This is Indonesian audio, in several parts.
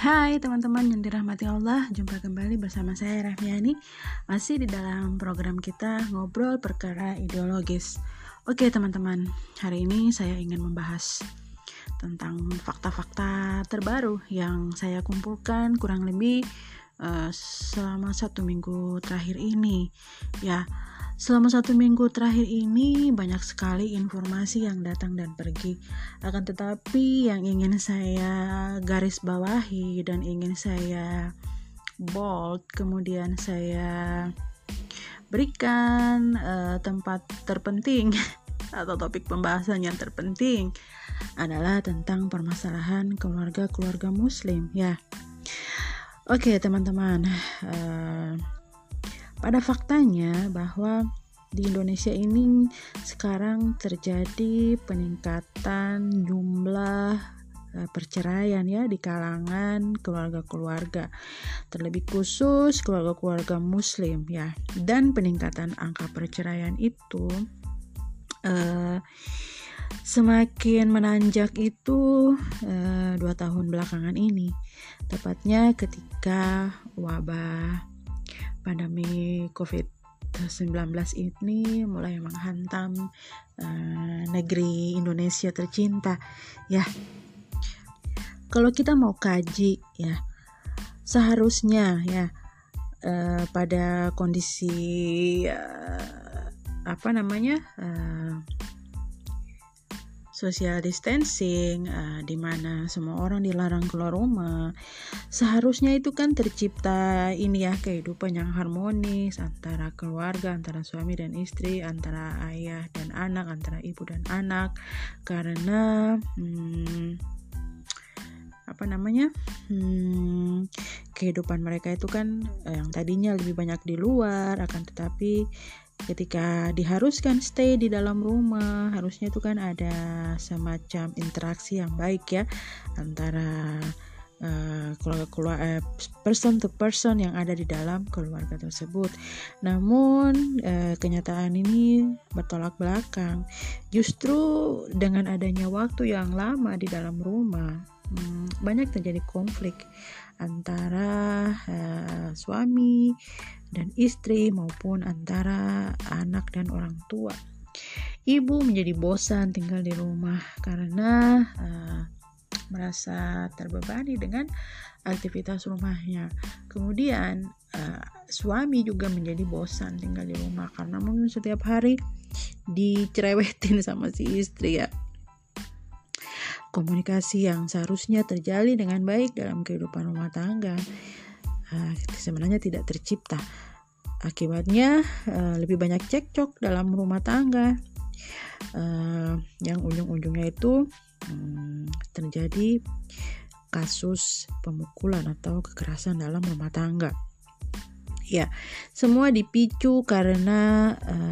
Hai teman-teman yang dirahmati Allah, jumpa kembali bersama saya Rahmiani, masih di dalam program kita Ngobrol Perkara Ideologis. Oke teman-teman, hari ini saya ingin membahas tentang fakta-fakta terbaru yang saya kumpulkan kurang lebih selama 1 minggu terakhir ini. Selama 1 minggu terakhir ini banyak sekali informasi yang datang dan pergi. Akan tetapi yang ingin saya garis bawahi dan ingin saya bold, kemudian saya berikan tempat terpenting atau topik pembahasan yang terpenting adalah tentang permasalahan keluarga muslim ya. Oke teman-teman, pada faktanya bahwa di Indonesia ini sekarang terjadi peningkatan jumlah perceraian ya di kalangan keluarga-keluarga, terlebih khusus keluarga-keluarga muslim ya. Dan peningkatan angka perceraian itu semakin menanjak itu 2 tahun belakangan ini, tepatnya ketika wabah pandemi COVID-19 ini mulai menghantam negeri Indonesia tercinta ya. Kalau kita mau kaji ya, seharusnya ya pada kondisi social distancing, di mana semua orang dilarang keluar rumah, seharusnya itu kan tercipta ini ya, kehidupan yang harmonis antara keluarga, antara suami dan istri, antara ayah dan anak, antara ibu dan anak, karena kehidupan mereka itu kan yang tadinya lebih banyak di luar, akan tetapi ketika diharuskan stay di dalam rumah, harusnya itu kan ada semacam interaksi yang baik ya antara person to person yang ada di dalam keluarga tersebut. Namun kenyataan ini bertolak belakang. Justru dengan adanya waktu yang lama di dalam rumah, banyak terjadi konflik antara suami dan istri maupun antara anak dan orang tua. Ibu menjadi bosan tinggal di rumah karena merasa terbebani dengan aktivitas rumahnya. Kemudian suami juga menjadi bosan tinggal di rumah karena mungkin setiap hari dicerewetin sama si istri ya. Komunikasi yang seharusnya terjalin dengan baik dalam kehidupan rumah tangga sebenarnya tidak tercipta. Akibatnya lebih banyak cekcok dalam rumah tangga yang ujung-ujungnya itu terjadi kasus pemukulan atau kekerasan dalam rumah tangga. Ya, semua dipicu karena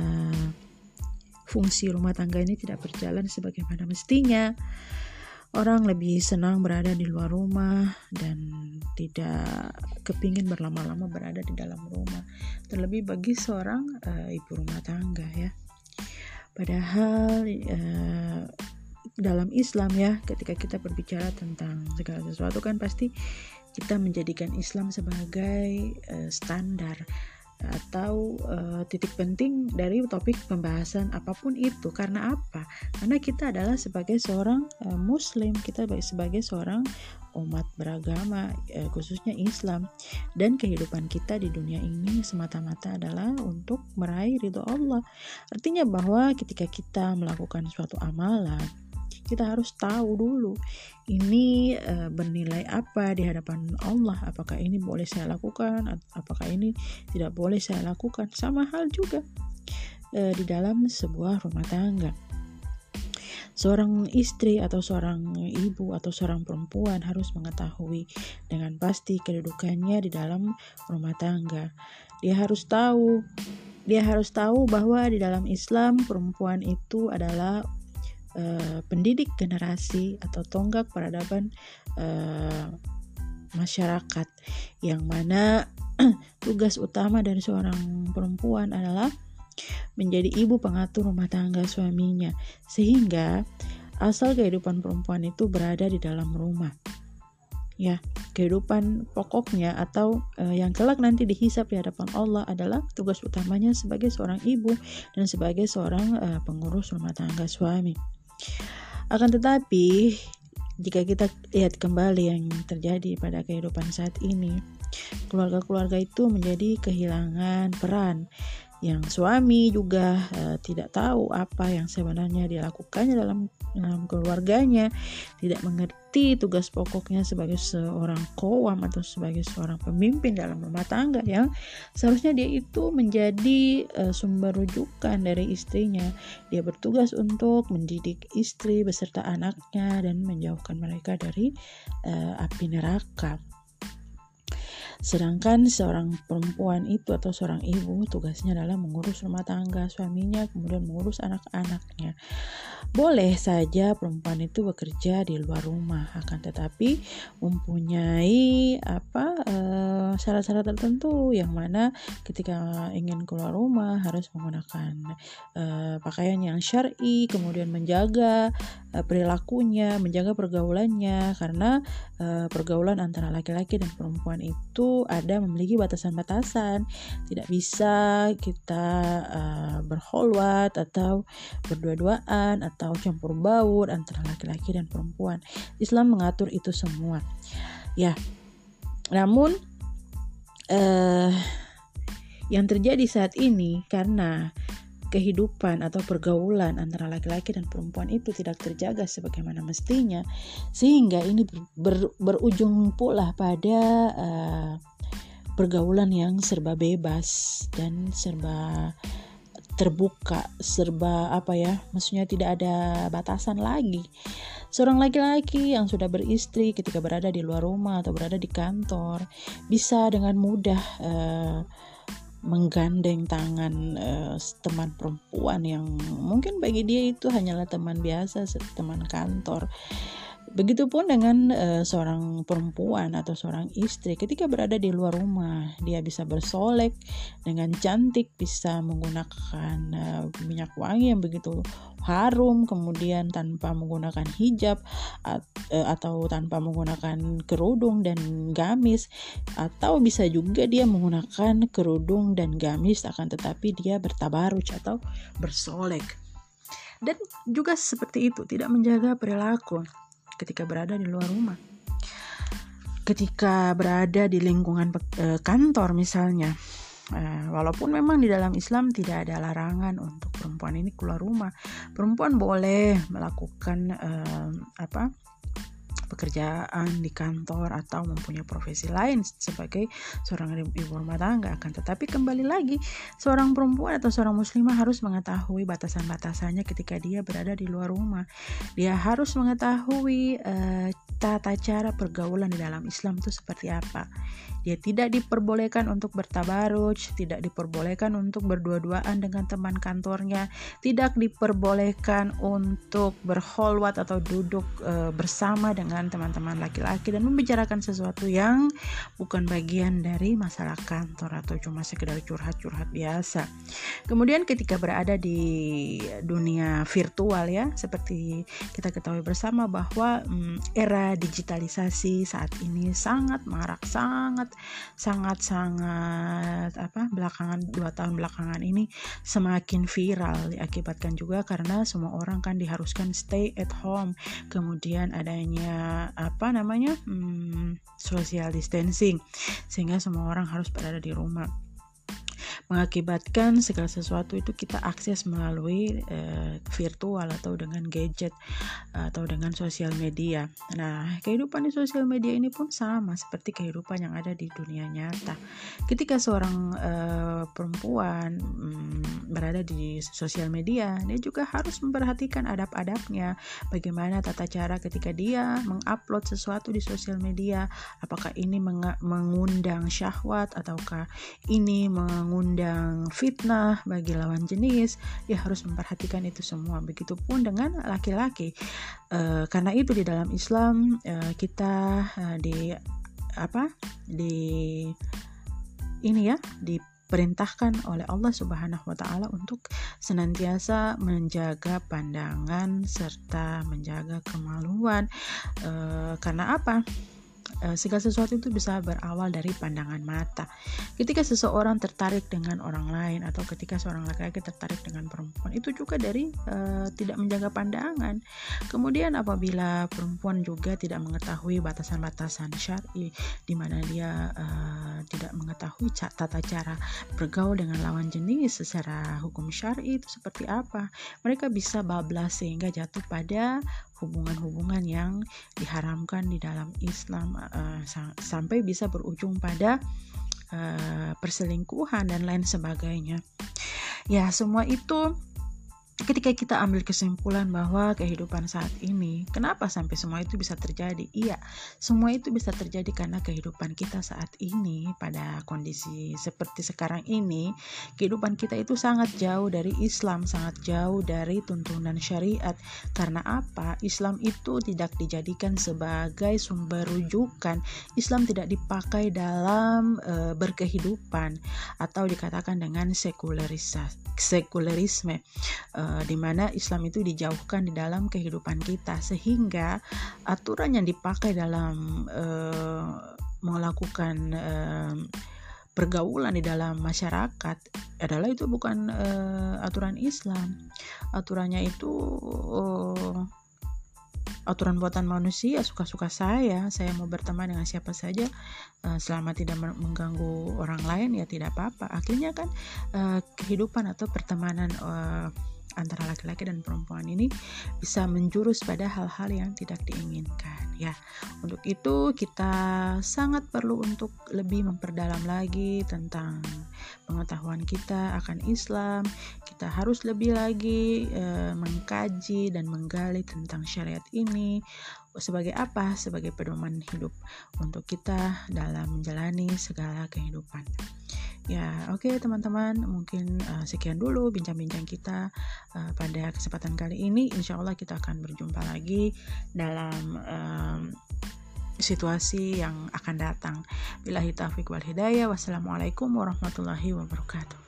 fungsi rumah tangga ini tidak berjalan sebagaimana mestinya. Orang lebih senang berada di luar rumah dan tidak kepingin berlama-lama berada di dalam rumah. Terlebih bagi seorang ibu rumah tangga ya. Padahal dalam Islam ya, ketika kita berbicara tentang segala sesuatu kan pasti kita menjadikan Islam sebagai standar atau titik penting dari topik pembahasan apapun itu. Karena apa? Karena kita adalah sebagai seorang muslim, kita sebagai seorang umat beragama, khususnya Islam, dan kehidupan kita di dunia ini semata-mata adalah untuk meraih ridho Allah. Artinya bahwa ketika kita melakukan suatu amalan, kita harus tahu dulu ini bernilai apa di hadapan Allah. Apakah ini boleh saya lakukan, apakah ini tidak boleh saya lakukan. Sama hal juga di dalam sebuah rumah tangga. Seorang istri atau seorang ibu atau seorang perempuan harus mengetahui dengan pasti kedudukannya di dalam rumah tangga. Dia harus tahu bahwa di dalam Islam perempuan itu adalah pendidik generasi atau tonggak peradaban masyarakat, yang mana tugas utama dari seorang perempuan adalah menjadi ibu pengatur rumah tangga suaminya, sehingga asal kehidupan perempuan itu berada di dalam rumah. Ya, kehidupan pokoknya atau yang kelak nanti dihisab di hadapan Allah adalah tugas utamanya sebagai seorang ibu dan sebagai seorang pengurus rumah tangga suami. Akan tetapi jika kita lihat kembali yang terjadi pada kehidupan saat ini, keluarga-keluarga itu menjadi kehilangan peran. Yang suami juga tidak tahu apa yang sebenarnya dilakukannya dalam keluarganya, tidak mengerti tugas pokoknya sebagai seorang qawam atau sebagai seorang pemimpin dalam rumah tangga, yang seharusnya dia itu menjadi sumber rujukan dari istrinya. Dia bertugas untuk mendidik istri beserta anaknya dan menjauhkan mereka dari api neraka. Sedangkan seorang perempuan itu atau seorang ibu tugasnya adalah mengurus rumah tangga suaminya, kemudian mengurus anak-anaknya. Boleh saja perempuan itu bekerja di luar rumah, akan tetapi mempunyai syarat-syarat tertentu, yang mana ketika ingin keluar rumah harus menggunakan pakaian yang syar'i, kemudian menjaga perilakunya, menjaga pergaulannya, karena pergaulan antara laki-laki dan perempuan itu ada memiliki batasan-batasan. Tidak bisa kita berkholwat atau berdua-duaan atau campur baur antara laki-laki dan perempuan. Islam mengatur itu semua. Ya, namun yang terjadi saat ini karena kehidupan atau pergaulan antara laki-laki dan perempuan itu tidak terjaga sebagaimana mestinya, sehingga ini berujung pula pada pergaulan yang serba bebas dan serba terbuka, maksudnya tidak ada batasan lagi. Seorang laki-laki yang sudah beristri ketika berada di luar rumah atau berada di kantor bisa dengan mudah menggandeng tangan teman perempuan yang mungkin bagi dia itu hanyalah teman biasa, teman kantor. Begitupun dengan seorang perempuan atau seorang istri ketika berada di luar rumah, dia bisa bersolek dengan cantik, bisa menggunakan minyak wangi yang begitu harum, kemudian tanpa menggunakan hijab atau tanpa menggunakan kerudung dan gamis, atau bisa juga dia menggunakan kerudung dan gamis akan tetapi dia bertabaruj atau bersolek. Dan juga seperti itu, tidak menjaga perilaku ketika berada di luar rumah. Ketika berada di lingkungan kantor misalnya, walaupun memang di dalam Islam tidak ada larangan untuk perempuan ini keluar rumah, perempuan boleh melakukan pekerjaan di kantor atau mempunyai profesi lain sebagai seorang ibu rumah tangga. Akan tetapi kembali lagi, seorang perempuan atau seorang muslimah harus mengetahui batasan-batasannya ketika dia berada di luar rumah. Dia harus mengetahui tata cara pergaulan di dalam Islam itu seperti apa. Dia tidak diperbolehkan untuk bertabaruj, tidak diperbolehkan untuk berdua-duaan dengan teman kantornya, tidak diperbolehkan untuk berkholwat atau duduk bersama dengan teman-teman laki-laki dan membicarakan sesuatu yang bukan bagian dari masalah kantor atau cuma sekedar curhat-curhat biasa. Kemudian ketika berada di dunia virtual, ya, seperti kita ketahui bersama bahwa era digitalisasi saat ini sangat marak, sangat belakangan 2 tahun belakangan ini semakin viral, diakibatkan juga karena semua orang kan diharuskan stay at home, kemudian adanya social distancing, sehingga semua orang harus berada di rumah, mengakibatkan segala sesuatu itu kita akses melalui virtual atau dengan gadget atau dengan sosial media. Nah, kehidupan di sosial media ini pun sama seperti kehidupan yang ada di dunia nyata. Ketika seorang perempuan berada di sosial media, dia juga harus memperhatikan adab-adabnya, bagaimana tata cara ketika dia mengupload sesuatu di sosial media, apakah ini mengundang syahwat ataukah ini mengundang fitnah bagi lawan jenis. Dia harus memperhatikan itu semua. Begitupun dengan laki-laki. Karena itu di dalam Islam kita diperintahkan oleh Allah Subhanahu wa taala untuk senantiasa menjaga pandangan serta menjaga kemaluan. Karena apa? segala sesuatu itu bisa berawal dari pandangan mata. Ketika seseorang tertarik dengan orang lain, atau ketika seorang laki-laki tertarik dengan perempuan, itu juga dari tidak menjaga pandangan. Kemudian apabila perempuan juga tidak mengetahui batasan-batasan syar'i, di mana dia tidak mengetahui tata cara bergaul dengan lawan jenis secara hukum syar'i itu seperti apa, mereka bisa bablas sehingga jatuh pada hubungan-hubungan yang diharamkan di dalam Islam, sampai bisa berujung pada perselingkuhan dan lain sebagainya. Ya, semua itu ketika kita ambil kesimpulan bahwa kehidupan saat ini, kenapa sampai semua itu bisa terjadi? Iya, semua itu bisa terjadi karena kehidupan kita saat ini, pada kondisi seperti sekarang ini, kehidupan kita itu sangat jauh dari Islam, sangat jauh dari tuntunan syariat. Karena apa? Islam itu tidak dijadikan sebagai sumber rujukan. Islam tidak dipakai dalam berkehidupan, atau dikatakan dengan sekulerisme, di mana Islam itu dijauhkan di dalam kehidupan kita, sehingga aturan yang dipakai dalam melakukan pergaulan di dalam masyarakat adalah itu bukan aturan Islam. Aturannya itu aturan buatan manusia, suka-suka saya mau berteman dengan siapa saja selama tidak mengganggu orang lain, ya tidak apa-apa. Akhirnya kan kehidupan atau pertemanan antara laki-laki dan perempuan ini bisa menjurus pada hal-hal yang tidak diinginkan, ya. Untuk itu kita sangat perlu untuk lebih memperdalam lagi tentang pengetahuan kita akan Islam. Kita harus lebih lagi mengkaji dan menggali tentang syariat ini. Sebagai apa? Sebagai pedoman hidup untuk kita dalam menjalani segala kehidupan. Ya, oke teman-teman, mungkin sekian dulu bincang-bincang kita pada kesempatan kali ini. Insya Allah kita akan berjumpa lagi dalam situasi yang akan datang. Billahi taufiq wal hidayah. Wassalamualaikum warahmatullahi wabarakatuh.